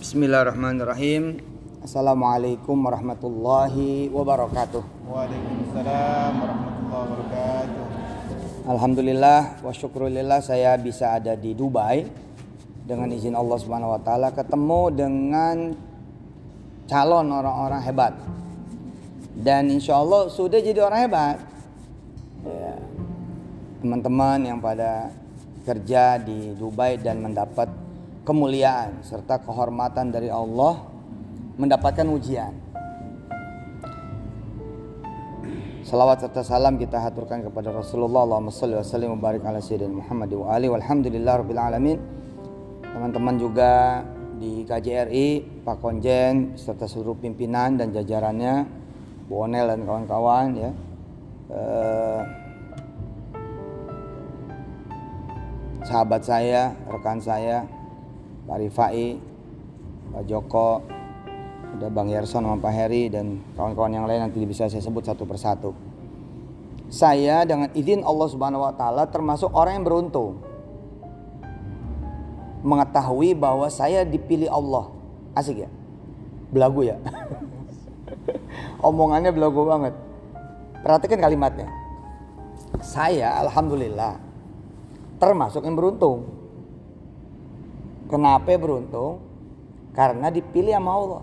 Bismillahirrahmanirrahim. Assalamualaikum warahmatullahi wabarakatuh. Waalaikumsalam warahmatullahi wabarakatuh. Alhamdulillah wa syukurillah saya bisa ada di Dubai dengan izin Allah Subhanahu wa taala, ketemu dengan calon orang-orang hebat. Dan insya Allah sudah jadi orang hebat. Ya, teman-teman yang pada kerja di Dubai dan mendapat kemuliaan serta kehormatan dari Allah, mendapatkan ujian. Salawat serta salam kita haturkan kepada Rasulullah. Allahumma shalli wa sallim wa barik ala sayyidina Muhammad wa alihi walhamdulillah rabbil alamin. Teman-teman juga di KJRI, Pak Konjen serta seluruh pimpinan dan jajarannya, Bu Onel dan kawan-kawan ya. Sahabat saya, rekan saya, Pak Rifai, Pak Joko, ada Bang Yerson sama Pak Heri dan kawan-kawan yang lain, nanti bisa saya sebut satu persatu. Saya dengan izin Allah Subhanahu wa taala termasuk orang yang beruntung mengetahui bahwa saya dipilih Allah. Asik ya? Belagu ya? Omongannya belagu banget. Perhatikan kalimatnya. Saya alhamdulillah termasuk yang beruntung. Kenapa beruntung? Karena dipilih sama Allah.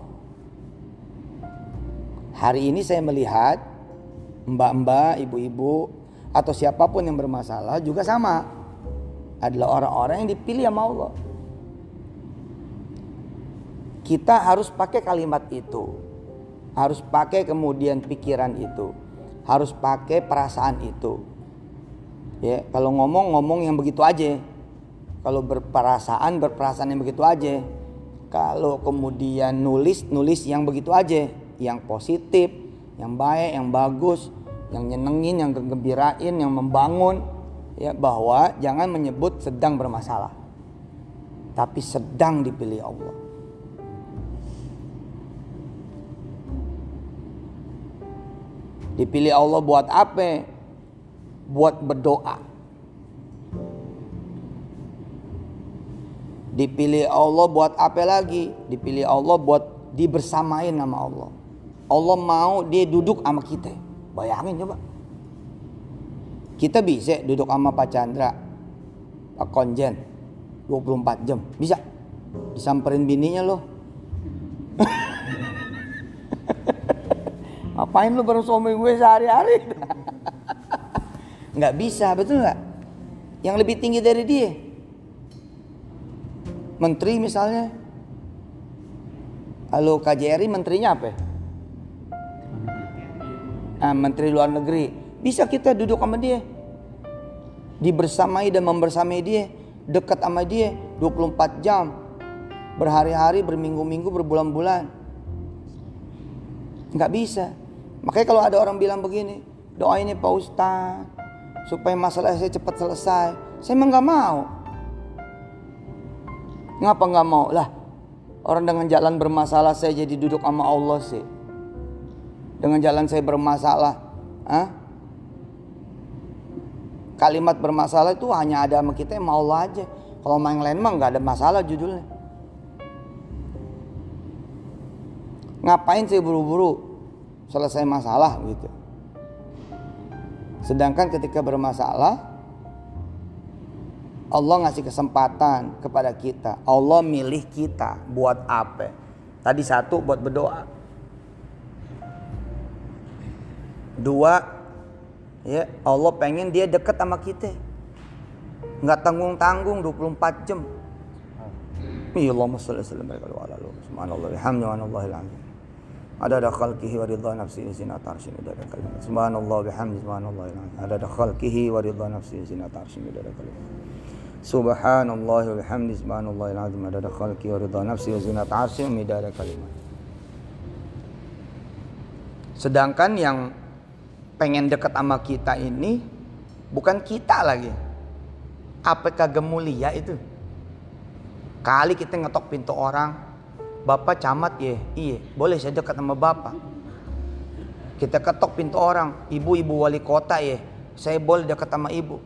Hari ini saya melihat mbak-mbak, ibu-ibu atau siapapun yang bermasalah juga sama. Adalah orang-orang yang dipilih sama Allah. Kita harus pakai kalimat itu. Harus pakai kemudian pikiran itu. Harus pakai perasaan itu. Ya, kalau ngomong yang begitu aja. Kalau berperasaan yang begitu aja. Kalau kemudian nulis yang begitu aja. Yang positif, yang baik, yang bagus, yang nyenengin, yang gembirain, yang membangun. Ya, bahwa jangan menyebut sedang bermasalah. Tapi sedang dipilih Allah. Dipilih Allah buat apa? Buat berdoa. Dipilih Allah buat apa lagi? Dipilih Allah buat dibersamain sama Allah. Allah mau dia duduk sama kita. Bayangin coba. Kita bisa duduk sama Pak Chandra, Pak Konjen 24 jam. Bisa. Disamperin bininya loh. Ngapain lu baru suami gue sehari-hari? Nggak bisa, betul nggak? Yang lebih tinggi dari dia. Menteri misalnya, halo KJRI, menterinya apa? Menteri luar negeri. Bisa kita duduk sama dia, dibersamai dan membersamai dia, dekat sama dia 24 jam, berhari-hari, berminggu-minggu, berbulan-bulan. Nggak bisa. Makanya kalau ada orang bilang begini, doain Pak Ustaz supaya masalah saya cepat selesai, saya emang nggak mau. Ngapa nggak mau? Lah, orang dengan jalan bermasalah saya jadi duduk sama Allah sih. Dengan jalan saya bermasalah, kalimat bermasalah itu hanya ada sama kita sama Allah aja. Kalau sama yang lain mah nggak ada masalah judulnya. Ngapain sih buru-buru selesai masalah gitu? Sedangkan ketika bermasalah, Allah ngasih kesempatan kepada kita. Allah milih kita buat apa? Tadi satu, buat berdoa. Dua, ya Allah pengen dia dekat sama kita. Nggak tanggung-tanggung 24 jam. Allahumma shalli wa sallim wa ala alihi subhanallah walhamdulillahil azim. Adada khalqihi wa ridha nafsihi zinata arsyihi adada kalimat. Subhanallah bihamdihi subhanallahil azim. Adada khalqihi wa ridha nafsihi zinata arsyihi adada kalimat. Subhanallah wa bihamdihi subhanallahil azim. Adada khalqihi wa ridha nafsihi zinata arsyihi adada kalimat. Sedangkan yang pengen dekat sama kita ini bukan kita lagi. Apakah gemulia itu? Kali kita ngetok pintu orang, Bapak camat ya? Iya, boleh saya dekat sama Bapak. Kita ketok pintu orang, ibu wali kota ya? Saya boleh dekat sama ibu.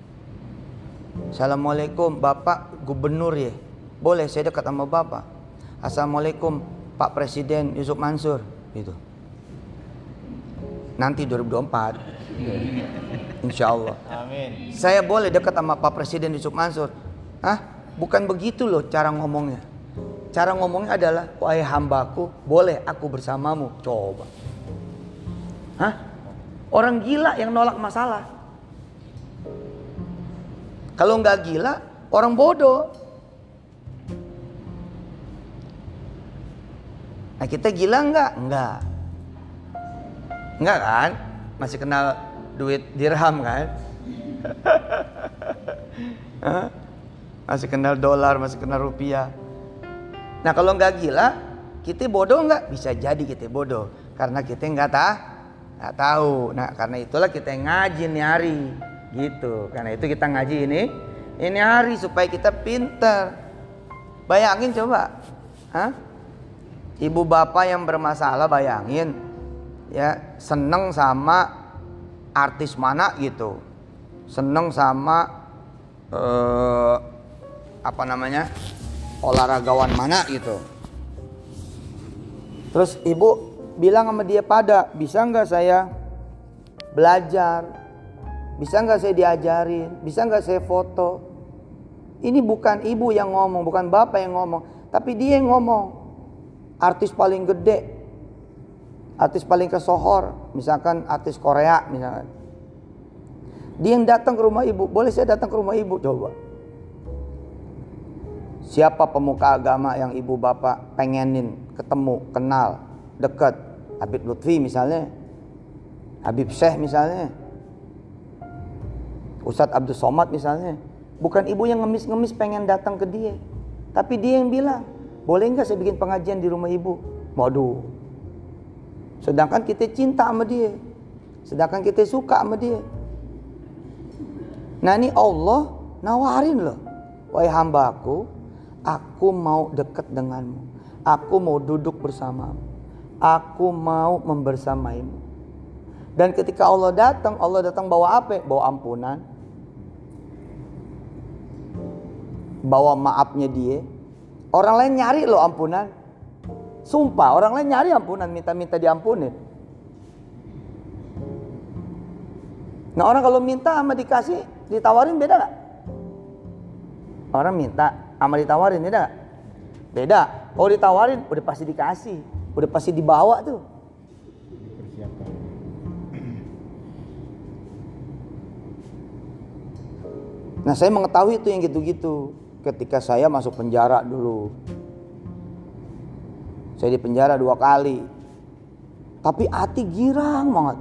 Assalamualaikum, Bapak gubernur ya? Boleh saya dekat sama Bapak. Assalamualaikum Pak Presiden Yusuf Mansur gitu. Nanti 2024 insya Allah. Amin. Saya boleh dekat sama Pak Presiden Yusuf Mansur. Bukan begitu loh cara ngomongnya. Cara ngomongnya adalah, wahai hambaku, boleh aku bersamamu. Coba. Orang gila yang nolak masalah. Kalau nggak gila, orang bodoh. Nah, kita gila nggak? Enggak kan? Masih kenal duit dirham kan? Masih kenal dolar, masih kenal rupiah. Nah, kalau nggak gila, kita bodoh nggak? Bisa jadi kita bodoh karena kita nggak tahu. Nah, karena itulah kita ngaji nih hari, gitu. Karena itu kita ngaji ini hari supaya kita pintar. Bayangin coba, ibu bapak yang bermasalah, bayangin ya, seneng sama artis mana gitu, seneng sama olahragawan mana gitu. Terus ibu bilang sama dia, pada bisa nggak saya belajar, bisa nggak saya diajarin, bisa nggak saya foto. Ini bukan ibu yang ngomong, bukan bapak yang ngomong, tapi dia yang ngomong. Artis paling gede, artis paling kesohor, misalkan artis Korea misalkan, dia yang datang ke rumah ibu. Boleh saya datang ke rumah ibu? Coba. Siapa pemuka agama yang ibu bapak pengenin ketemu, kenal, dekat? Habib Lutfi misalnya, Habib Syekh misalnya, Ustadz Abdul Somad misalnya. Bukan ibu yang ngemis-ngemis pengen datang ke dia, tapi dia yang bilang, boleh nggak saya bikin pengajian di rumah ibu? Waduh. Sedangkan kita cinta sama dia, sedangkan kita suka sama dia. Nah, ini Allah nawarin loh, wahai hambaku, aku mau dekat denganmu, aku mau duduk bersamamu, aku mau membersamaimu. Dan ketika Allah datang bawa apa? Bawa ampunan, bawa maafnya dia. Orang lain nyari loh ampunan, sumpah orang lain nyari ampunan, minta diampunin. Nah, orang kalau minta sama dikasih, ditawarin beda gak? Orang minta sama ditawarin beda gak? Beda. Kalau ditawarin udah pasti dikasih, udah pasti dibawa tuh. Persiapan. Nah, saya mengetahui itu yang gitu-gitu ketika saya masuk penjara dulu. Saya di penjara 2 kali, tapi hati girang banget.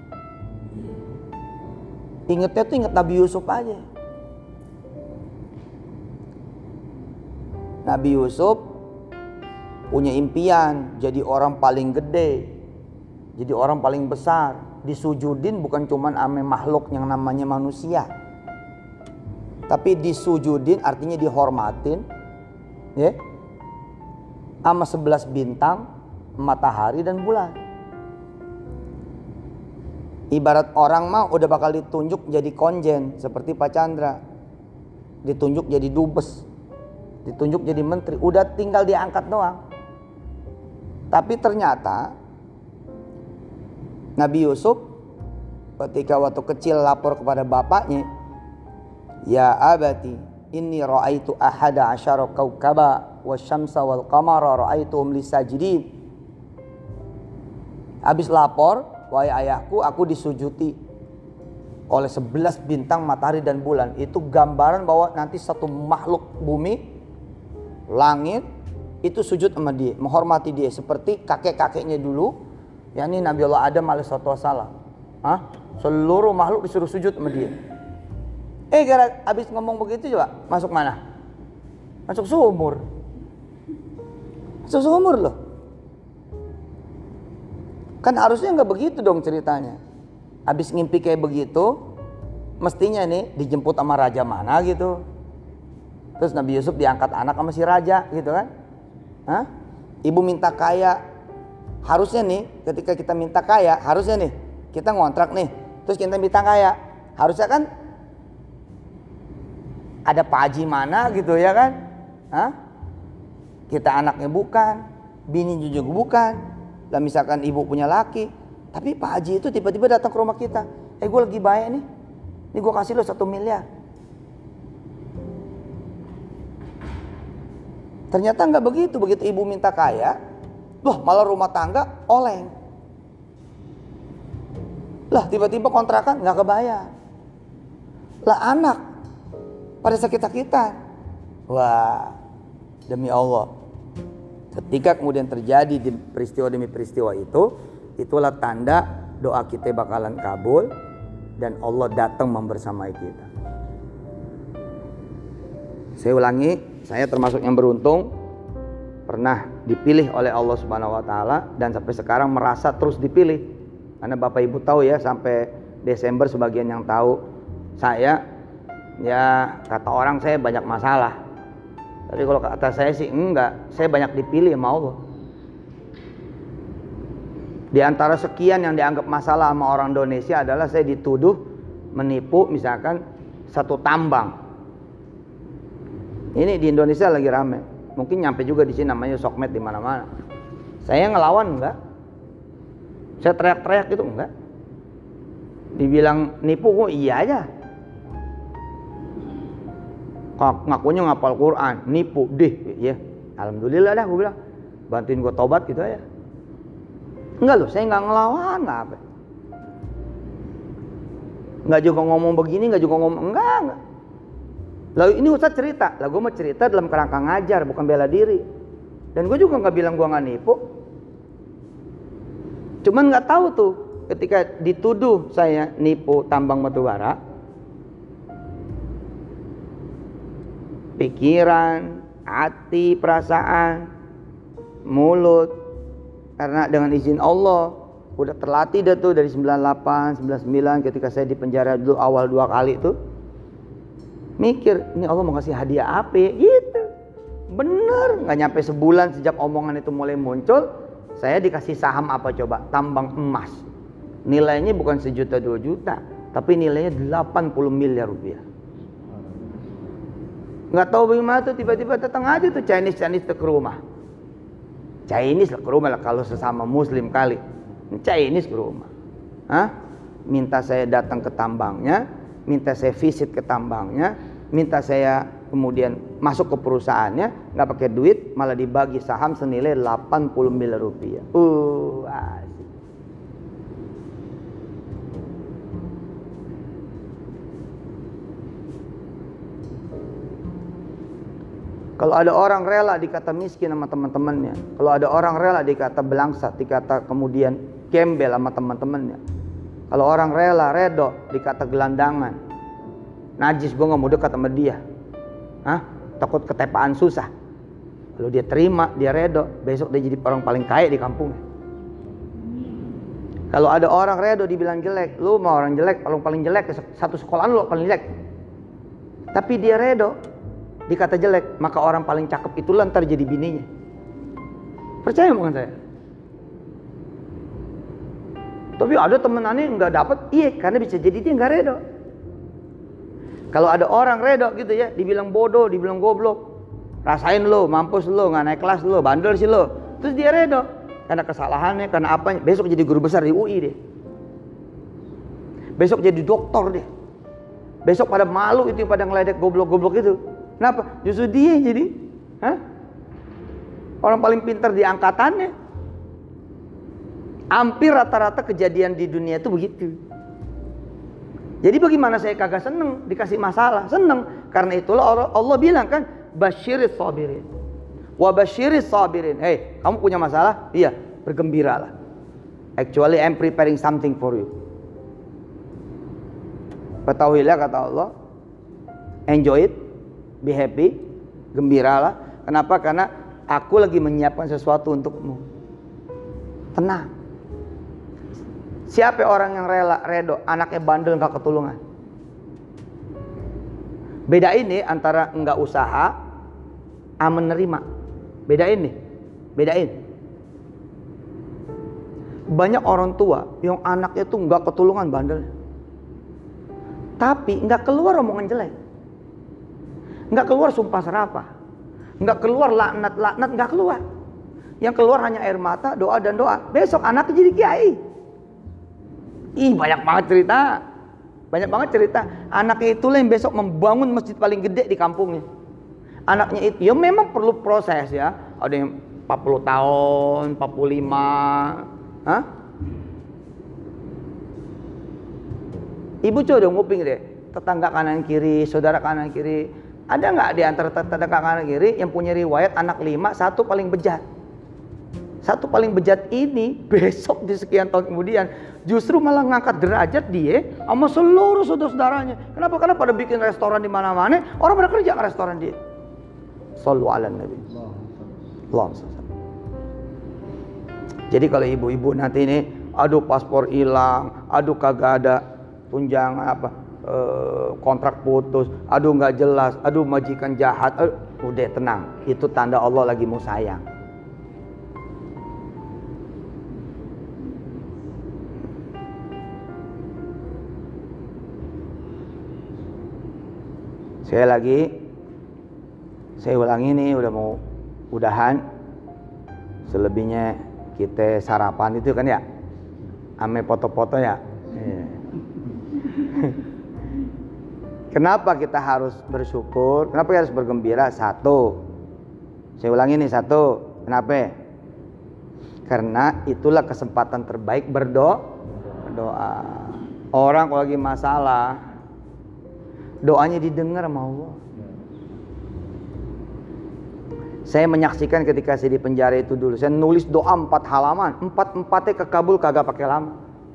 Ingetnya tuh inget Nabi Yusuf aja. Nabi Yusuf punya impian jadi orang paling gede, jadi orang paling besar. Disujudin bukan cuman ame makhluk yang namanya manusia, tapi disujudin artinya dihormatin, ya, sama 11 bintang, matahari dan bulan. Ibarat orang mah udah bakal ditunjuk jadi konjen seperti Pak Chandra, ditunjuk jadi dubes, ditunjuk jadi menteri, udah tinggal diangkat doang. Tapi ternyata Nabi Yusuf ketika waktu kecil lapor kepada bapaknya, ya abati inni ra'aitu ahada asyara kaukaba wasyamsa wal qamara ra'aituhum lisajidin. Habis lapor, wahai ayahku, aku disujuti oleh 11 bintang, matahari dan bulan. Itu gambaran bahwa nanti satu makhluk bumi, langit, itu sujud sama dia, menghormati dia seperti kakek-kakeknya dulu, yakni Nabi Allah Adam alaihissalam. Seluruh makhluk disuruh sujud sama dia. Gara habis ngomong begitu coba masuk mana? Masuk sumur. Masuk sumur loh. Kan harusnya nggak begitu dong ceritanya. Habis ngimpi kayak begitu, mestinya nih dijemput sama raja mana gitu. Terus Nabi Yusuf diangkat anak sama si raja gitu kan. Ibu minta kaya. Harusnya nih ketika kita minta kaya, harusnya nih kita ngontrak nih, terus kita minta kaya, harusnya kan ada Pak Haji mana gitu ya kan. kita anaknya bukan, bini juga bukan. Lah misalkan ibu punya laki, tapi Pak Haji itu tiba-tiba datang ke rumah kita. Gue lagi baik nih, ini gue kasih lo 1 miliar. Ternyata nggak begitu. Begitu ibu minta kaya, loh malah rumah tangga oleng. Lah tiba-tiba kontrakan nggak kebayar. Lah anak pada sakit-sakitan. Wah, demi Allah, ketika kemudian terjadi di peristiwa demi peristiwa itu, itulah tanda doa kita bakalan kabul dan Allah datang membersamai kita. Saya ulangi, saya termasuk yang beruntung pernah dipilih oleh Allah Subhanahu wa taala dan sampai sekarang merasa terus dipilih. Karena Bapak Ibu tahu ya, sampai Desember sebagian yang tahu saya, ya kata orang saya banyak masalah. Tapi kalau kata saya sih enggak, saya banyak dipilih sama Allah. Di antara sekian yang dianggap masalah sama orang Indonesia adalah saya dituduh menipu misalkan satu tambang. Ini di Indonesia lagi rame. Mungkin nyampe juga di sini, namanya sokmed di mana-mana. Saya ngelawan enggak? Saya teriak-teriak gitu enggak? Dibilang nipu kok iya aja. Ngakunya ngapal Quran, nipu deh ya. Alhamdulillah dah gue bilang. Bantuin gue tobat gitu aja. Enggak loh, saya enggak ngelawan, enggak apa. Enggak juga ngomong begini, enggak juga ngomong enggak. Lalu ini Ustaz cerita, lah gue mau cerita dalam kerangka ngajar, bukan bela diri. Dan gue juga enggak bilang gue enggak nipu. Cuman enggak tahu tuh ketika dituduh saya nipu tambang batu bara, pikiran, hati, perasaan, mulut, karena dengan izin Allah udah terlatih dah tuh dari 98, 99 ketika saya di penjara dulu awal 2 kali tuh. Mikir, ini Allah mau kasih hadiah apa gitu. Bener, gak nyampe sebulan sejak omongan itu mulai muncul, saya dikasih saham apa coba? Tambang emas. Nilainya bukan 1 juta 2 juta, tapi nilainya 80 miliar rupiah. Nggak tahu bagaimana tuh tiba-tiba datang aja tuh Chinese ke rumah. Chinese lah ke rumah lah, kalau sesama Muslim kali. Chinese ke rumah. Minta saya datang ke tambangnya, minta saya visit ke tambangnya, minta saya kemudian masuk ke perusahaannya, nggak pakai duit, malah dibagi saham senilai 80 miliar rupiah. Asik. Kalau ada orang rela dikata miskin sama teman-temannya, kalau ada orang rela dikata belangsat, dikata kemudian gembel sama teman-temannya, kalau orang rela redo dikata gelandangan, najis, gue nggak mau dekat sama dia, takut ketepaan susah. Kalau dia terima, dia redo, besok dia jadi orang paling kaya di kampungnya. Kalau ada orang redo dibilang jelek, lu mau orang jelek, paling jelek satu sekolahan lu paling jelek, tapi dia redo dikata jelek, maka orang paling cakep itu ntar jadi bininya. Percaya bukan saya? Tapi ada temenannya nggak dapet, iya karena bisa jadi dia nggak redo. Kalau ada orang redo gitu ya, dibilang bodoh, dibilang goblok, rasain lo, mampus lo, nggak naik kelas lo, bandel sih lo, terus dia redo karena kesalahannya, karena apanya, besok jadi guru besar di UI deh, besok jadi dokter deh, besok pada malu itu pada ngeledek goblok-goblok itu. Kenapa? Justru dia jadi orang paling pintar di angkatannya. Hampir rata-rata kejadian di dunia itu begitu. Jadi bagaimana saya kagak seneng dikasih masalah? Seneng. Karena itulah Allah bilang kan, basyiris sabirin wa basyiris sabirin. Hey, kamu punya masalah? Iya, bergembiralah. Actually I'm preparing something for you. Ketahuilah kata Allah, enjoy it, be happy, gembiralah. Kenapa? Karena aku lagi menyiapkan sesuatu untukmu. Tenang. Siapa orang yang rela, redo, anaknya bandel gak ketulungan? Beda ini antara enggak usaha sama menerima. Bedain nih, bedain. Banyak orang tua yang anaknya tuh enggak ketulungan bandelnya, tapi enggak keluar omongan jelek, enggak keluar sumpah serapah, Nggak keluar laknat nggak keluar. Yang keluar hanya air mata, doa dan doa. Besok anaknya jadi kiai. Banyak banget cerita. Banyak banget cerita. Anaknya itulah yang besok membangun masjid paling gede di kampungnya. Anaknya itu, ya memang perlu proses ya. Ada yang 40 tahun, 45. Hah? Ibu coba dong nguping deh. Tetangga kanan kiri, saudara kanan kiri. Ada nggak di antara tetangga kanan kiri yang punya riwayat anak 5, satu paling bejat? Satu paling bejat ini besok di sekian tahun kemudian justru malah ngangkat derajat dia sama seluruh saudara-saudaranya. Kenapa? Karena pada bikin restoran di mana-mana, orang pada kerja ke restoran dia. Shallu ala Nabi. Jadi kalau ibu-ibu nanti ini, aduh paspor hilang, aduh kagak ada tunjangan apa, kontrak putus, aduh nggak jelas, aduh majikan jahat, udah tenang, itu tanda Allah lagi mau sayang. Saya ulangi nih, udah mau udahan. Selebihnya kita sarapan itu kan ya, ame foto-foto ya. Kenapa kita harus bersyukur? Kenapa kita harus bergembira? Satu, saya ulangi nih, satu, kenapa? Karena itulah kesempatan terbaik berdoa. Orang kalau lagi masalah, doanya didengar sama Allah. Saya menyaksikan ketika saya di penjara itu dulu, saya nulis doa 4 halaman, 4-4nya kekabul kagak pakai lama.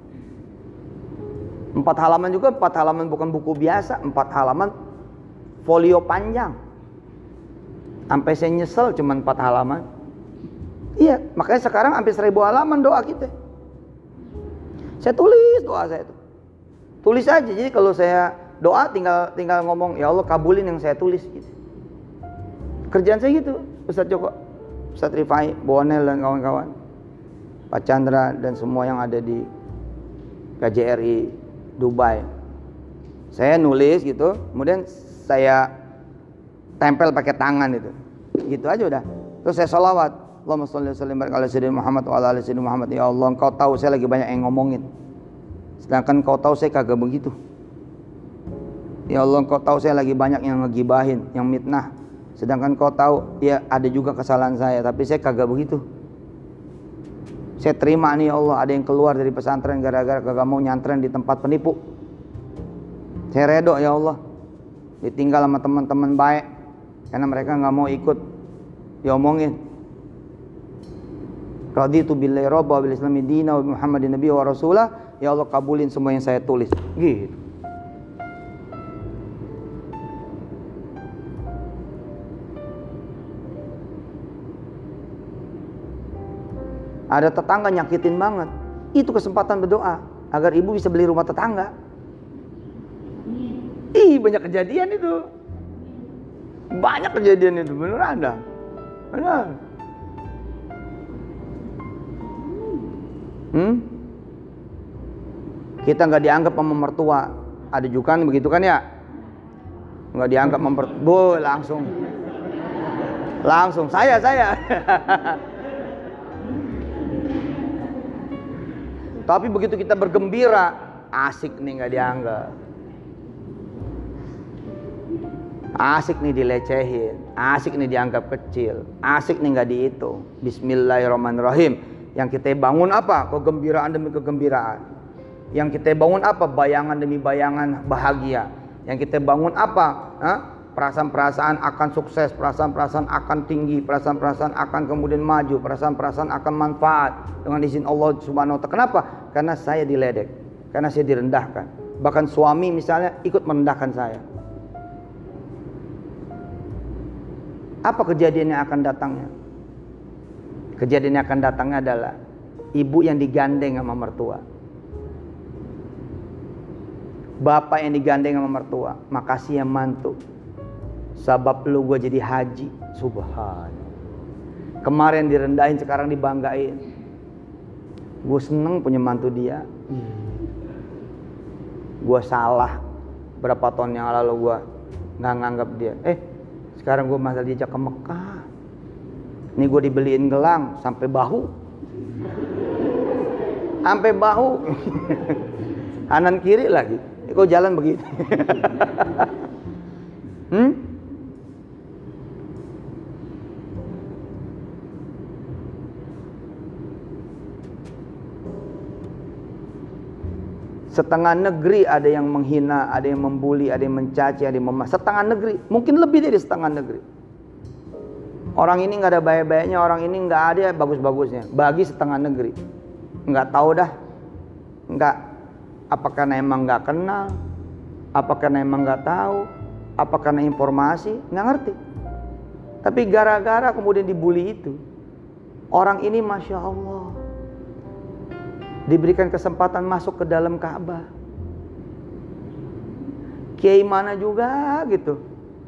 4 halaman juga, 4 halaman bukan buku biasa, 4 halaman folio panjang. Sampai saya nyesel cuma 4 halaman. Iya, makanya sekarang hampir 1000 halaman doa kita. Saya tulis doa saya itu. Tulis aja, jadi kalau saya doa tinggal ngomong, ya Allah kabulin yang saya tulis gitu. Kerjaan saya gitu, Ustadz Joko, Ustadz Rifai, Bonel dan kawan-kawan, Pak Chandra dan semua yang ada di KJRI Dubai. Saya nulis gitu, kemudian saya tempel pakai tangan itu. Gitu aja udah. Terus saya sholawat, Allahumma sholli wa sallim ala sayyidina Muhammad wa ala ali sayyidina Muhammad. Ya Allah, Engkau tahu saya lagi banyak yang ngomongin, sedangkan Engkau tahu saya kagak begitu. Ya Allah, Engkau tahu saya lagi banyak yang ngegibahin, yang mitnah, sedangkan Engkau tahu ya ada juga kesalahan saya, tapi saya kagak begitu. Saya terima nih ya Allah, ada yang keluar dari pesantren gara-gara kagak mau nyantren di tempat penipu. Saya redo ya Allah, ditinggal sama teman-teman baik karena mereka nggak mau ikut diomongin. Raditu billahi robba bil islami dina wa Muhammadin nabi wa rasulah. Ya Allah kabulin semua yang saya tulis. Gitu. Ada tetangga nyakitin banget, itu kesempatan berdoa agar ibu bisa beli rumah tetangga. Banyak kejadian itu, banyak kejadian itu, bener ada, benar. Kita nggak dianggap sama mertua, ada juga kan begitu kan ya, nggak dianggap mertua, langsung saya. Tapi begitu kita bergembira, asik nih nggak dianggap, asik nih dilecehin, asik nih dianggap kecil, asik nih nggak dihitung. Bismillahirrahmanirrahim. Yang kita bangun apa? Kegembiraan demi kegembiraan. Yang kita bangun apa? Bayangan demi bayangan bahagia. Yang kita bangun apa? Perasaan-perasaan akan sukses, perasaan-perasaan akan tinggi, perasaan-perasaan akan kemudian maju, perasaan-perasaan akan manfaat dengan izin Allah Subhanahu wa Ta'ala. Kenapa? Karena saya diledek, karena saya direndahkan. Bahkan suami misalnya ikut merendahkan saya. Apa kejadian yang akan datangnya? Kejadian yang akan datangnya adalah ibu yang digandeng sama mertua, bapak yang digandeng sama mertua. Makasih ya mantu, sabab lu gue jadi haji. Subhanallah. Kemarin direndahin, sekarang dibanggain. Gue seneng punya mantu dia. Gue salah berapa tahun yang lalu, gue nggak nganggap dia. Sekarang gue masih diajak ke Mekah. Ini gue dibeliin gelang sampai bahu. Sampai bahu. Kanan kiri lagi. Kok jalan begini? Setengah negeri ada yang menghina, ada yang membuli, ada yang mencaci, ada yang setengah negeri, mungkin lebih dari setengah negeri. Orang ini nggak ada baik-baiknya, orang ini nggak ada bagus-bagusnya. Bagi setengah negeri, nggak tahu dah, nggak. Apakah emang nggak kenal, apakah emang nggak tahu, apakah informasi, nggak ngerti. Tapi gara-gara kemudian dibully itu, orang ini masya Allah diberikan kesempatan masuk ke dalam Ka'bah. Kiai mana juga gitu,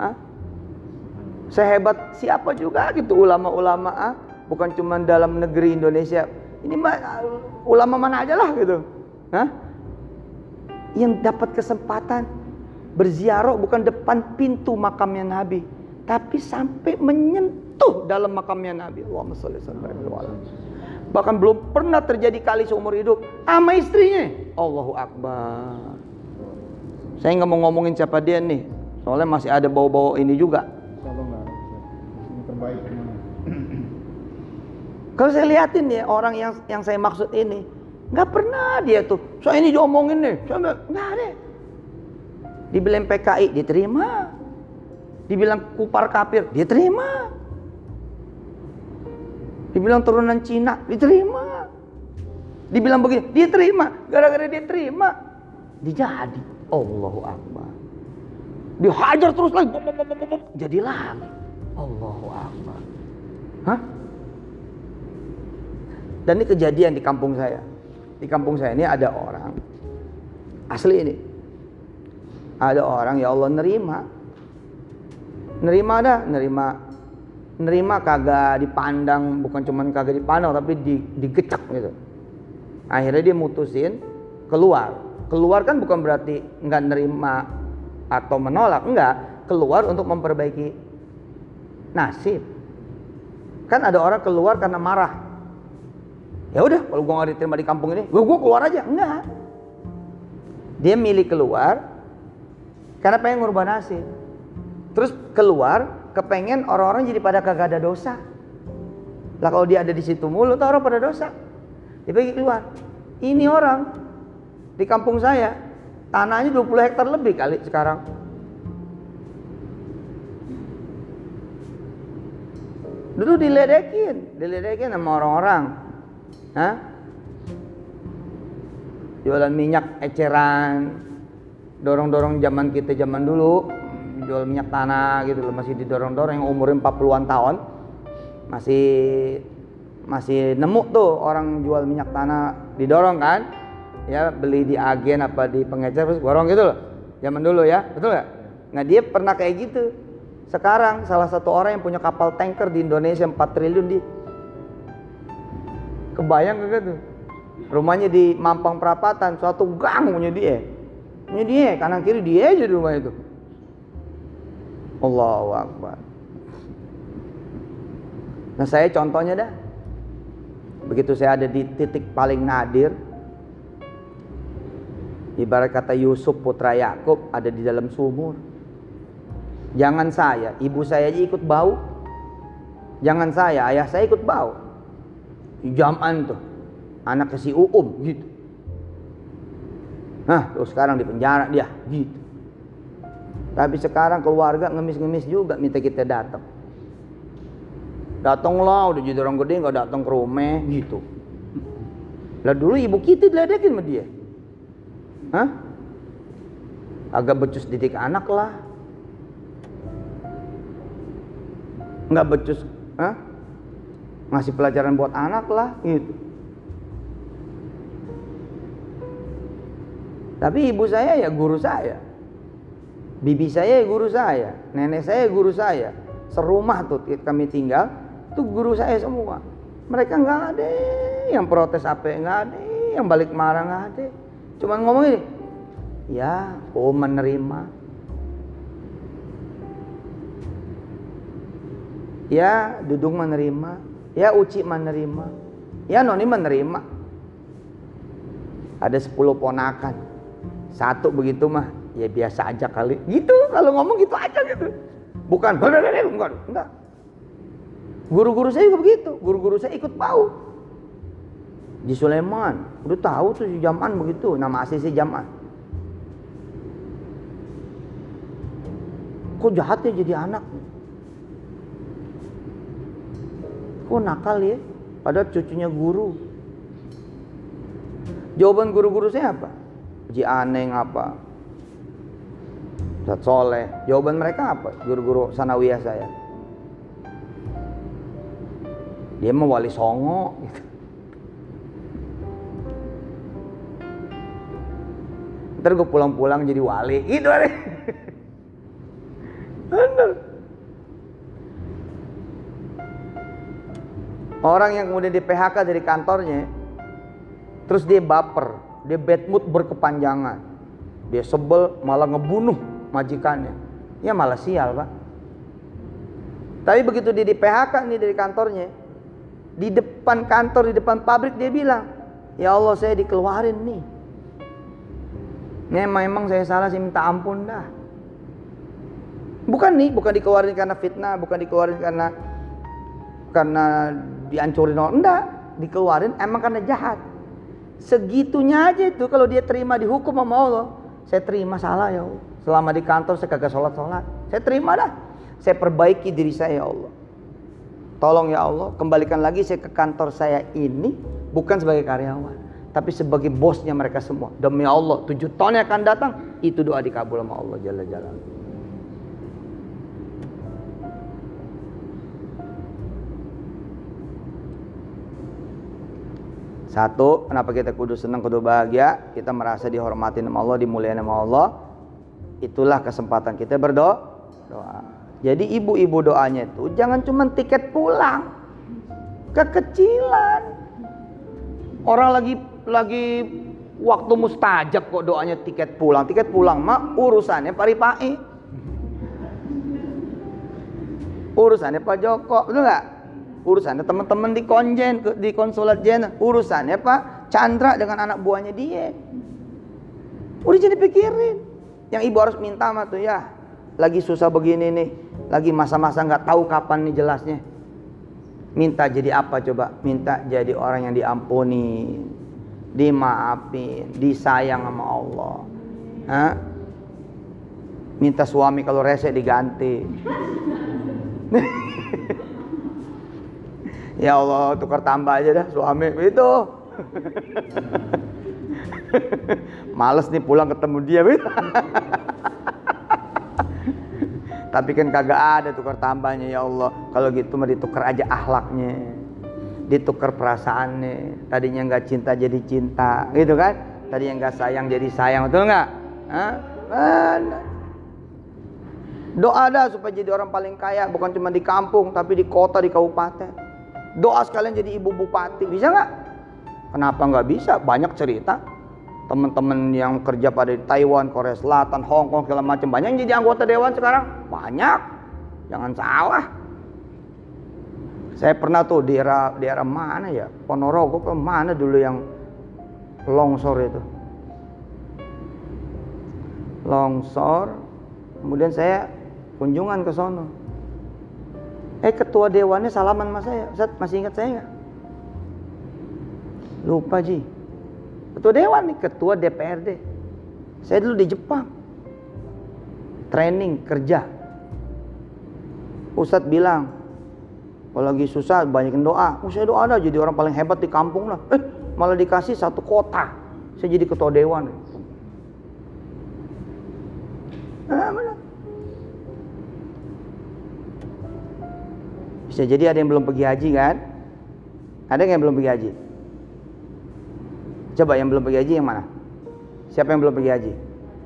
sehebat siapa juga gitu ulama-ulama, bukan cuma dalam negeri Indonesia. Ini ulama mana aja lah gitu, yang dapat kesempatan berziarah bukan depan pintu makamnya Nabi, tapi sampai menyentuh dalam makamnya Nabi. Allahumma sholli alaihi wasallam. Bahkan belum pernah terjadi kali seumur hidup sama istrinya. Allahu Akbar. Saya nggak mau ngomongin siapa dia nih, soalnya masih ada bau-bau ini juga. Ini terbaik. Kalau saya liatin ya orang yang saya maksud ini, nggak pernah dia tuh. Saya ini diomongin nih, saya nggak ada. Dibilang PKI, diterima. Dibilang kupar kafir, dia terima. Dibilang turunan Cina, diterima. Dibilang begini, dia terima. Gara-gara dia terima, dijadi. Allahu Akbar. Dihajar terus lagi, jadi lagi. Allahu Akbar. Dan ini kejadian di kampung saya. Di kampung saya ini ada orang, asli ini. Ada orang, ya Allah, nerima kagak dipandang, bukan cuman kagak dipandang tapi digecek gitu. Akhirnya dia mutusin keluar kan bukan berarti nggak nerima atau menolak, enggak, keluar untuk memperbaiki nasib. Kan ada orang keluar karena marah, ya udah kalau gua nggak diterima di kampung ini gua keluar aja. Enggak, dia milih keluar karena pengen ngubah nasib. Terus keluar kepengen orang-orang jadi pada kagak ada dosa. Lah kalau dia ada di situ mulu, tuh orang pada dosa. Dia pergi keluar. Ini orang di kampung saya, tanahnya 20 hektar lebih kali sekarang. Dulu diledekin sama orang-orang. Jualan minyak eceran, dorong-dorong zaman kita zaman dulu. Jual minyak tanah gitu loh, masih didorong-dorong, yang umurnya 40-an tahun masih nemu tuh orang jual minyak tanah didorong kan, ya beli di agen apa di pengecer terus borong gitu loh, zaman dulu ya, betul nggak? Nah dia pernah kayak gitu. Sekarang salah satu orang yang punya kapal tanker di Indonesia 4 triliun di, kebayang kagak tuh? Rumahnya di Mampang Perapatan, suatu gang punya dia, kanan kiri dia aja di rumah itu. Allahu Akbar. Nah saya contohnya dah, begitu saya ada di titik paling nadir, ibarat kata Yusuf putra Yakub ada di dalam sumur. Jangan saya, ibu saya aja ikut bau. Jangan saya, ayah saya ikut bau. Jaman tuh, anak si Uum gitu. Nah terus sekarang di penjara dia gitu. Tapi sekarang keluarga ngemis-ngemis juga minta kita datang. Datanglah udah jadi orang gede nggak datang ke rumah gitu. Lah dulu ibu kita diledekin sama dia. Agak becus didik anak lah. Nggak becus, ngasih pelajaran buat anak lah gitu. Tapi ibu saya ya guru saya. Bibi saya guru saya, nenek saya guru saya, serumah tuh kami tinggal, tuh guru saya semua. Mereka nggak ada yang protes apa, nggak ada yang balik marah, nggak ada. Cuman ngomong ini, ya, menerima. Ya Dudung menerima, ya Uci menerima, ya Noni menerima. Ada 10 ponakan, satu begitu mah ya biasa aja kali. Gitu kalau ngomong gitu aja gitu. Bukan enggak. Guru-guru saya juga begitu, guru-guru saya ikut PAUD. Di Sulaiman, udah tahu tuh si Jaman begitu, nama asli si Jaman. Kok jahatnya jadi anak? Kok nakal ya? Padahal cucunya guru. Jawaban guru-guru saya apa? Ji Aneng apa? Ustaz Soleh. Jawaban mereka apa? Guru-guru sanawiyah saya. Dia mah wali songo gitu. Ntar gue pulang-pulang jadi wali gitu. Bener. Orang yang kemudian di PHK dari kantornya, terus dia baper, dia bad mood berkepanjangan, dia sebel malah ngebunuh majikannya, ya malah sial pak. Tapi begitu dia di PHK nih dari kantornya, di depan kantor, di depan pabrik dia bilang, ya Allah saya dikeluarin nih. Memang saya salah, saya minta ampun dah. Bukan dikeluarin karena fitnah, bukan dikeluarin karena dihancurin orang, enggak, dikeluarin emang karena jahat. Segitunya aja itu kalau dia terima dihukum sama Allah. Saya terima salah ya Allah. Selama di kantor saya kagak sholat. Saya terima dah. Saya perbaiki diri saya ya Allah. Tolong ya Allah, kembalikan lagi saya ke kantor saya ini bukan sebagai karyawan, tapi sebagai bosnya mereka semua. Demi Allah, 7 tahun yang akan datang, itu doa dikabul sama Allah Jalla Jalaluhu. Satu, kenapa kita kudu senang, kudu bahagia? Kita merasa dihormati sama Allah, dimuliakan sama Allah. Itulah kesempatan kita berdoa. Jadi ibu-ibu doanya itu jangan cuma tiket pulang, kekecilan. Orang lagi waktu mustajab kok doanya tiket pulang. Tiket pulang mah urusannya pari-pai, urusannya Pak Joko, betul nggak? Urusannya teman-teman di konjen, di konsulat jenderal. Urusannya Pak Chandra dengan anak buahnya dia. Udah jadi pikirin. Yang ibu harus minta mah tuh ya, lagi susah begini nih, lagi masa-masa nggak tahu kapan nih jelasnya. Minta jadi apa coba? Minta jadi orang yang diampuni, dimaafin, disayang sama Allah. Hah? Minta suami kalau rese diganti. Ya Allah, tukar tambah aja dah suami itu. Males nih pulang ketemu dia. Tapi kan kagak ada tukar tambahnya ya Allah. Kalau gitu mah ditukar aja akhlaknya, ditukar perasaannya. Tadinya nggak cinta jadi cinta, gitu kan? Tadinya nggak sayang jadi sayang, betul nggak? Doa dah supaya jadi orang paling kaya, bukan cuma di kampung, tapi di kota, di kabupaten. Doa sekalian jadi ibu bupati, bisa nggak? Kenapa nggak bisa? Banyak cerita teman-teman yang kerja pada di Taiwan, Korea Selatan, Hong Kong segala macam, banyak yang jadi anggota dewan sekarang, banyak. Jangan salah. Saya pernah tuh di daerah mana ya, Ponorogo, mana dulu yang longsor itu, longsor. Kemudian saya kunjungan ke sono. Ketua dewannya salaman sama saya. Ustaz, masih ingat saya nggak? Lupa Ji. Ketua dewan nih, ketua DPRD. Saya dulu di Jepang, training kerja. Ustadz bilang, kalau lagi susah banyakin doa. Saya doa dah jadi orang paling hebat di kampung lah. Malah dikasih 1 kota. Saya jadi ketua dewan. Benar. Bisa jadi ada yang belum pergi haji kan? Ada yang belum pergi haji? Coba yang belum pergi haji yang mana? Siapa yang belum pergi haji?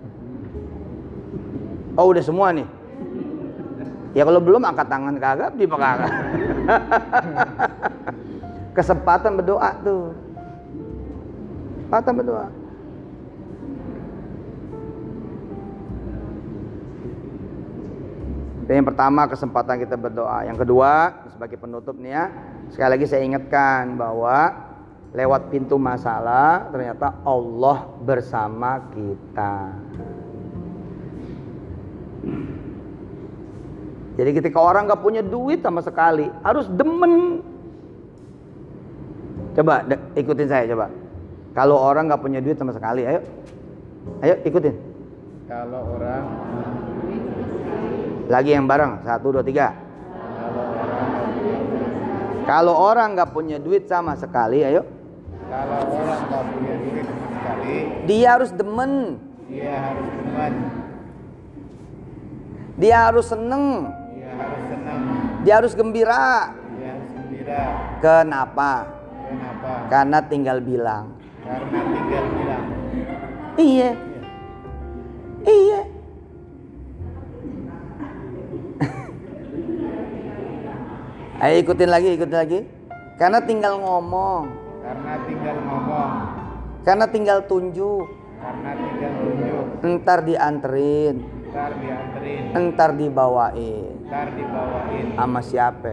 Oh udah semua nih. Ya kalau belum angkat tangan kagak di kagak. Kesempatan berdoa tuh. Kesempatan berdoa. Yang pertama kesempatan kita berdoa. Yang kedua sebagai penutup nih ya, sekali lagi saya ingatkan bahwa lewat pintu masalah ternyata Allah bersama kita. Jadi ketika orang gak punya duit sama sekali, harus demen. Coba ikutin saya coba. Kalau orang gak punya duit sama sekali, ayo ikutin. Kalau orang lagi yang bareng, 1, 2, 3. Kalau orang gak punya duit sama sekali, ayo. Kalau orang nggak punya duit sama sekali, Dia harus demen. dia harus demen, Dia harus seneng. dia harus senang, Dia harus gembira. dia harus gembira. Kenapa? Kenapa? Karena tinggal bilang. Karena tinggal bilang. Iya. Iya. Ayo ikutin lagi. Karena tinggal ngomong. Karena tinggal ngomong. Karena tinggal tunjuk. Karena tinggal tunjuk. Entar dianterin. Ntar dianterin. Entar dibawain. Ntar dibawain. Sama siapa?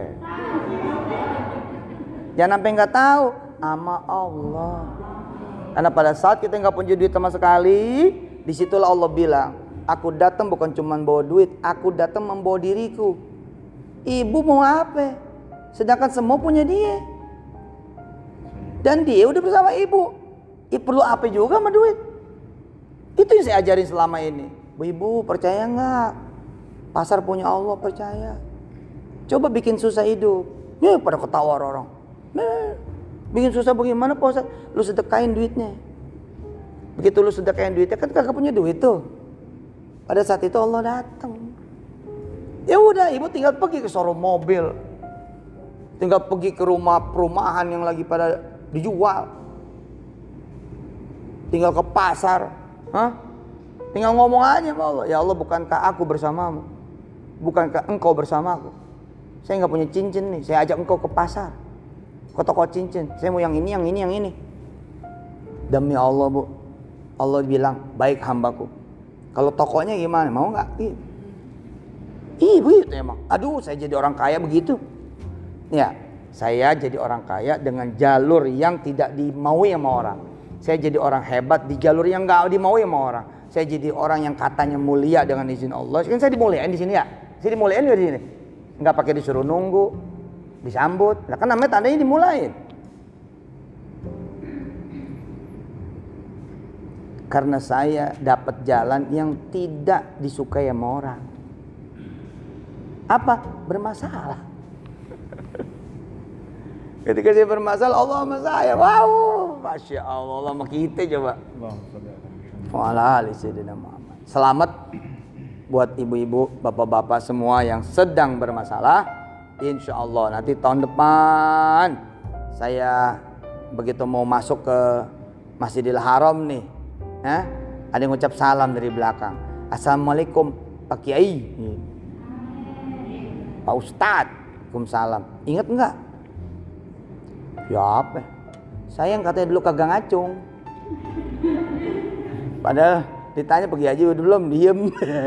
Jangan sampai nggak tahu. Sama Allah. Karena pada saat kita nggak punya duit sama sekali, disitulah Allah bilang, aku datang bukan cuma bawa duit, aku datang membawa diriku. Ibu mau apa? Sedangkan semua punya dia. Dan dia udah bersama ibu. Perlu apa juga sama duit? Itu yang saya ajarin selama ini. Ibu percaya nggak? Pasar punya Allah, percaya. Coba bikin susah hidup. Pada ketawa orang. Bikin susah bagaimana Pak Ustaz? Lu sedekahin duitnya. Begitu lu sedekahin duitnya, kan kagak punya duit tuh. Pada saat itu Allah datang. Ya udah, ibu tinggal pergi ke showroom mobil. Tinggal pergi ke rumah perumahan yang lagi pada dijual. Tinggal ke pasar. Tinggal ngomong aja sama Allah. Ya Allah, bukankah aku bersamamu? Bukankah engkau bersamaku? Saya nggak punya cincin nih. Saya ajak engkau ke pasar. Ke toko cincin. Saya mau yang ini, yang ini, yang ini. Demi Allah bu. Allah bilang, baik hambaku. Kalau tokonya gimana? Mau nggak? Begitu emang. Aduh, saya jadi orang kaya begitu. Ya, saya jadi orang kaya dengan jalur yang tidak dimaui sama orang. Saya jadi orang hebat di jalur yang nggak dimaui sama orang. Saya jadi orang yang katanya mulia dengan izin Allah. Kan saya dimuliain di sini ya. Saya dimuliain di sini. Nggak pakai disuruh nunggu, disambut. Nah, kan namanya tandanya dimulain. Karena saya dapat jalan yang tidak disukai sama orang. Apa? Bermasalah. Ketika saya bermasalah, Allah sama saya. Wow, Masya Allah, Allah sama kita coba. Muhammad. Selamat buat ibu-ibu, bapak-bapak semua yang sedang bermasalah. Insya Allah nanti tahun depan saya begitu mau masuk ke Masjidil Haram nih, ada yang ngucap salam dari belakang. Assalamualaikum Pak Kiai, Pak Ustadz, Waalaikumsalam. Ingat nggak? Ya apa? Saya yang katanya dulu kagak ngacung. Padahal ditanya pergi aja udah belum, diem.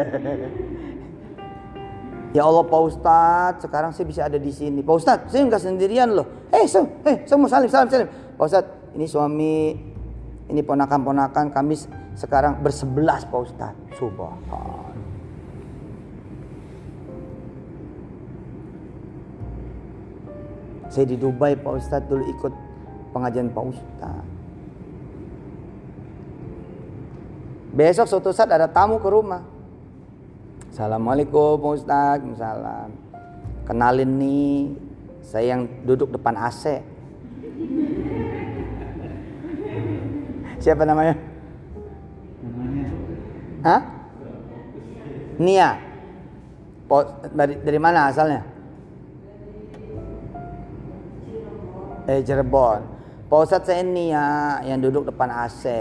Ya Allah Pak Ustadz, sekarang saya bisa ada di sini. Pak Ustadz, saya nggak sendirian loh. Saya mau salim. Pak Ustadz, ini suami, ini ponakan-ponakan kami sekarang bersebelas Pak Ustadz. Subhanallah. Saya di Dubai Pak Ustadz dulu ikut pengajian Pak Ustadz. Besok suatu saat ada tamu ke rumah. Assalamualaikum Pak Ustadz. Waalaikumsalam. Kenalin nih, saya yang duduk depan AC. Siapa namanya? Hah? Nia. Dari mana asalnya? Cirebon. Pak Ustadz, saya Nia yang duduk depan AC.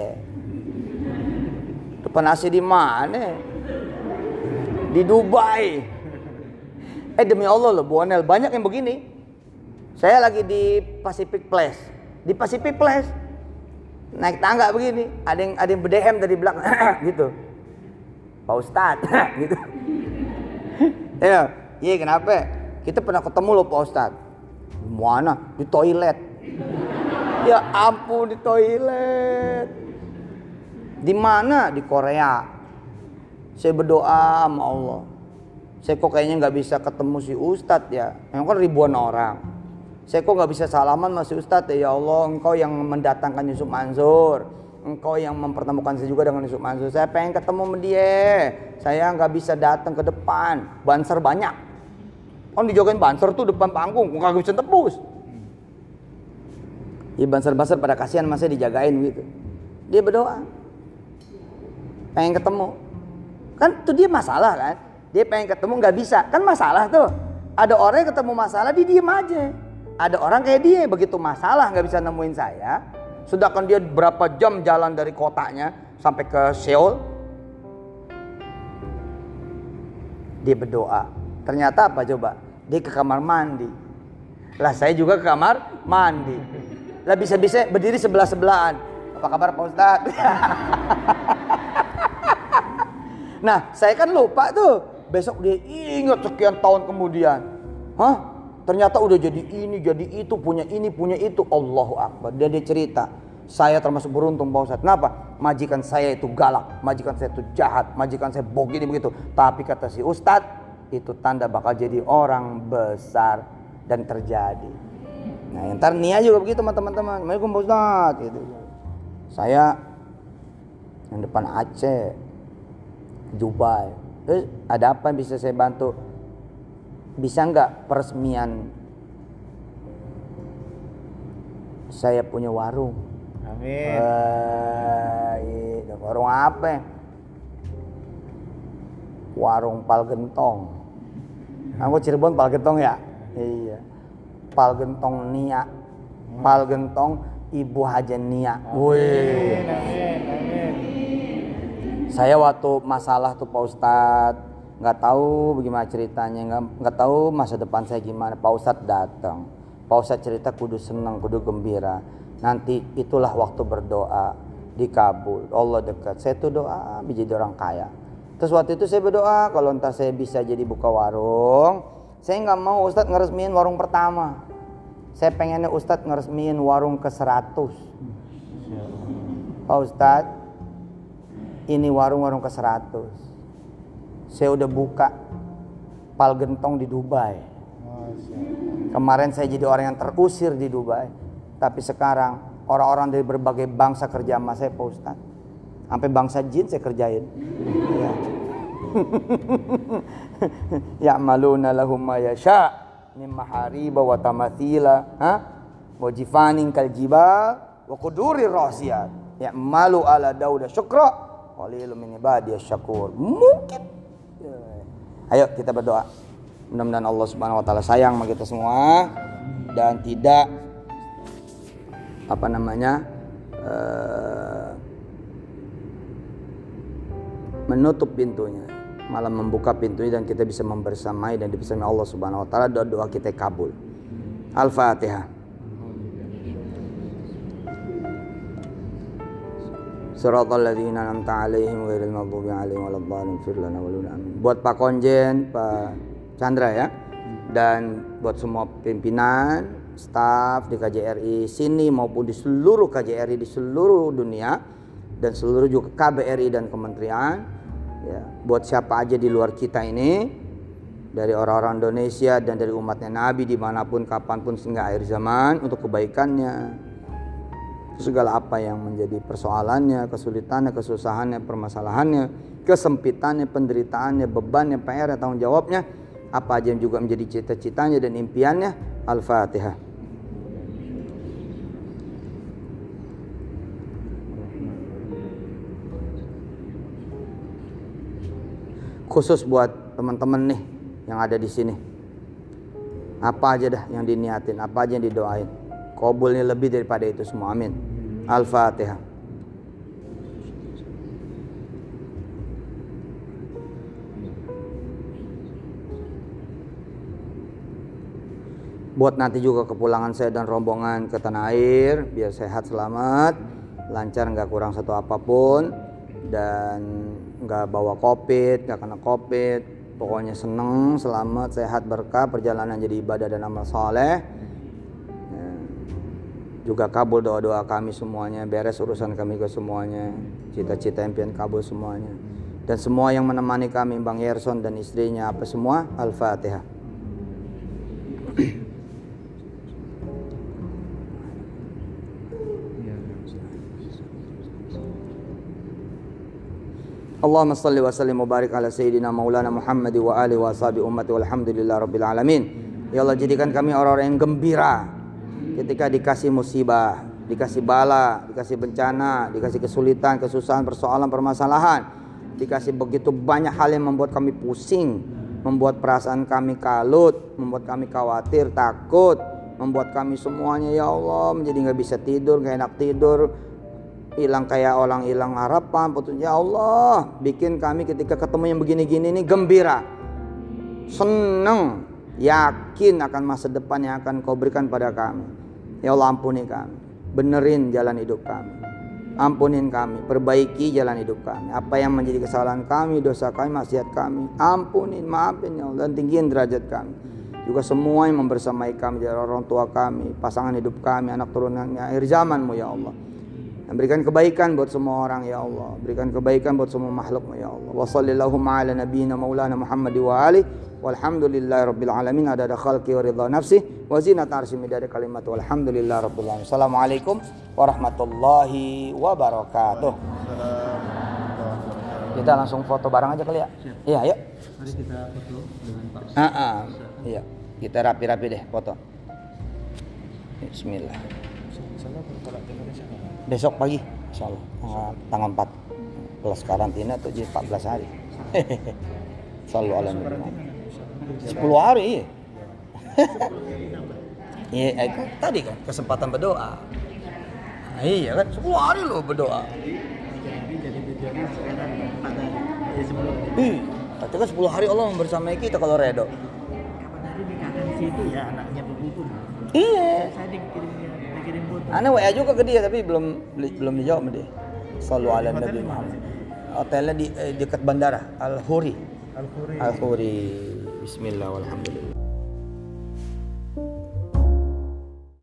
Depan AC di mana? Di Dubai. Demi Allah loh, Bu Onel, banyak yang begini. Saya lagi di Pacific Place. Di Pacific Place naik tangga begini, ada yang berdehem dari belakang gitu. Pak Ustadz gitu. Ya. Iya kenapa? Kita pernah ketemu loh Pak Ustadz. Mana? Di toilet. Ya ampun, di toilet. Di mana? Di Korea. Saya berdoa sama Allah. Saya kok kayaknya nggak bisa ketemu si Ustadz ya. Yang kan ribuan orang. Saya kok nggak bisa salaman sama si Ustadz ya. Ya Allah, Engkau yang mendatangkan Yusuf Mansur. Engkau yang mempertemukan saya juga dengan Yusuf Mansur. Saya pengen ketemu sama dia. Saya nggak bisa datang ke depan. Banser banyak. Kan dijagain banser tuh depan panggung. Nggak bisa tebus. Ya banser-banser pada kasihan masa dijagain gitu. Dia berdoa. Pengen ketemu. Kan tuh dia masalah kan. Dia pengen ketemu nggak bisa. Kan masalah tuh. Ada orang yang ketemu masalah dia diem aja. Ada orang kayak dia begitu masalah nggak bisa nemuin saya. Sedangkan dia berapa jam jalan dari kotanya sampai ke Seoul. Dia berdoa. Ternyata apa coba? Dia ke kamar mandi. Lah saya juga ke kamar mandi. Lah bisa-bisa berdiri sebelah-sebelahan. Apa kabar Pak Ustadz? Nah saya kan lupa tuh. Besok dia ingat sekian tahun kemudian. Hah? Ternyata udah jadi ini, jadi itu, punya ini, punya itu. Allahu Akbar. Dia cerita. Saya termasuk beruntung Pak Ustadz. Kenapa? Majikan saya itu galak. Majikan saya itu jahat. Majikan saya begini begitu. Tapi kata si Ustadz, itu tanda bakal jadi orang besar. Dan terjadi. Nah ntar Nia juga begitu teman-teman. Assalamualaikum Pak Ustadz. Gitu. Saya yang depan Aceh, Dubai. Terus ada apa yang bisa saya bantu? Bisa nggak peresmian saya punya warung? Amin. Warung apa? Warung Pal Gentong. Aku Cirebon Pal Gentong ya? Iya. Pal Gentong Nia. Pal Gentong Ibu Haja Nia. Wih. Amin. Saya waktu masalah tuh Pak Ustadz, nggak tahu bagaimana ceritanya, nggak tahu masa depan saya gimana. Pak Ustadz datang, Pak Ustadz cerita kudu senang, kudu gembira. Nanti itulah waktu berdoa dikabul, Allah dekat. Saya tuh doa jadi orang kaya. Terus waktu itu saya berdoa kalau entah saya bisa jadi buka warung. Saya nggak mau Ustadz ngeresmiin warung pertama. Saya pengennya Ustadz ngeresmiin warung ke-100. Pak Ustadz, ini warung-warung ke-100. Saya udah buka Pal Gentong di Dubai. Kemarin saya jadi orang yang terusir di Dubai. Tapi sekarang orang-orang dari berbagai bangsa kerja sama saya Pak Ustadz. Sampai bangsa jin saya kerjain. Ya. Ya'maluna lahum ma yasha' min mahariba wa tamathila, wa jifanin kal jibal wa qudurir rasiyat. Ya'malu ala Dauda syukra. Qalilun min ibadiyasy syakur. Mungkin. Ayo kita berdoa. Mudah-mudahan Allah Subhanahu wa taala sayang sama kita semua dan tidak menutup pintunya, malah membuka pintunya dan kita bisa membersamai dan dibersamai Allah Subhanahu wa taala. Doa kita kabul. Al-Fatihah. Shiratal ladzina an'amta 'alaihim ghairil maghdubi 'alaihim waladdallin. Fir lana wa lana amin. Buat Pak Konjen, Pak Chandra ya. Dan buat semua pimpinan, staf di KJRI sini maupun di seluruh KJRI di seluruh dunia dan seluruh juga KBRI dan kementerian ya. Buat siapa aja di luar kita ini, dari orang-orang Indonesia dan dari umatnya Nabi dimanapun kapanpun sehingga akhir zaman, untuk kebaikannya. Segala apa yang menjadi persoalannya, kesulitannya, kesusahannya, permasalahannya, kesempitannya, penderitaannya, bebannya, PR, tanggung jawabnya, apa aja yang juga menjadi cita-citanya dan impiannya. Al-Fatihah. Khusus buat teman-teman nih yang ada di sini, apa aja dah yang diniatin, apa aja yang didoain, kabulnya lebih daripada itu semua. Amin. Al-Fatihah. Buat nanti juga kepulangan saya dan rombongan ke tanah air, biar sehat selamat, lancar, nggak kurang satu apapun, dan nggak bawa COVID, nggak kena COVID, Pokoknya seneng, selamat, sehat, berkah, perjalanan jadi ibadah dan amal soleh. Juga kabul doa-doa kami semuanya, beres urusan kami ke semuanya, cita-cita impian kabul semuanya. Dan semua yang menemani kami, Bang Yerson dan istrinya, apa semua, Al-Fatihah. Allahumma salli wa sallim wa barik ala sayyidina maulana Muhammad wa alihi wa sahbihi ummati walhamdulillah rabbil alamin. Ya Allah, jadikan kami orang-orang yang gembira ketika dikasih musibah, dikasih bala, dikasih bencana, dikasih kesulitan, kesusahan, persoalan, permasalahan, dikasih begitu banyak hal yang membuat kami pusing, membuat perasaan kami kalut, membuat kami khawatir, takut, membuat kami semuanya ya Allah menjadi nggak bisa tidur, nggak enak tidur, hilang kayak orang hilang harapan. Ya Allah, bikin kami ketika ketemu yang begini-gini ini gembira, seneng, yakin akan masa depan yang akan Kau berikan pada kami. Ya Allah, ampuni kami, benerin jalan hidup kami, ampunin kami, perbaiki jalan hidup kami. Apa yang menjadi kesalahan kami, dosa kami, maksiat kami, ampunin, maafin ya Allah, dan tinggiin derajat kami. Juga semua yang membersamai kami, dari orang tua kami, pasangan hidup kami, anak turunannya, akhir zamanmu ya Allah. Dan berikan kebaikan buat semua orang ya Allah, berikan kebaikan buat semua makhluk ya Allah. Wa sallallahu ala nabiyyina maulana Muhammad wa alihi walhamdulillahi rabbil alamin adada khalqi wa ridha nafsi wa zinata arsy midada kalimat walhamdulillahi rabbil alamin. Assalamualaikum warahmatullahi wabarakatuh. Kita langsung foto bareng aja kali ya. Iya, yuk. Mari kita foto dengan Pak Ustaz. Iya, kita rapi-rapi deh foto. Bismillah. Besok pagi, insyaallah, tanggal 4 plus karantina tuh jadi 14 hari. Selalu ala nabi. 10 hari, iya. Iya, kan tadi kan kesempatan berdoa. Nah, iya kan 10 hari lo berdoa. Jadi tujuannya sekarang 4 hari. Jadi sebelum Tapi kan 10 hari Allah membersamai kita kalau redo. kapan hari nikahkan di situ ya anaknya berhukum. Iya. Saya dikirim foto. Ana WA juga ke dia tapi belum dijawab sama dia. Shallu ala Nabi Muhammad. Hotelnya di dekat bandara Al-Khuri. Al-Khuri. Al-Khuri. Bismillah walhamdulillah.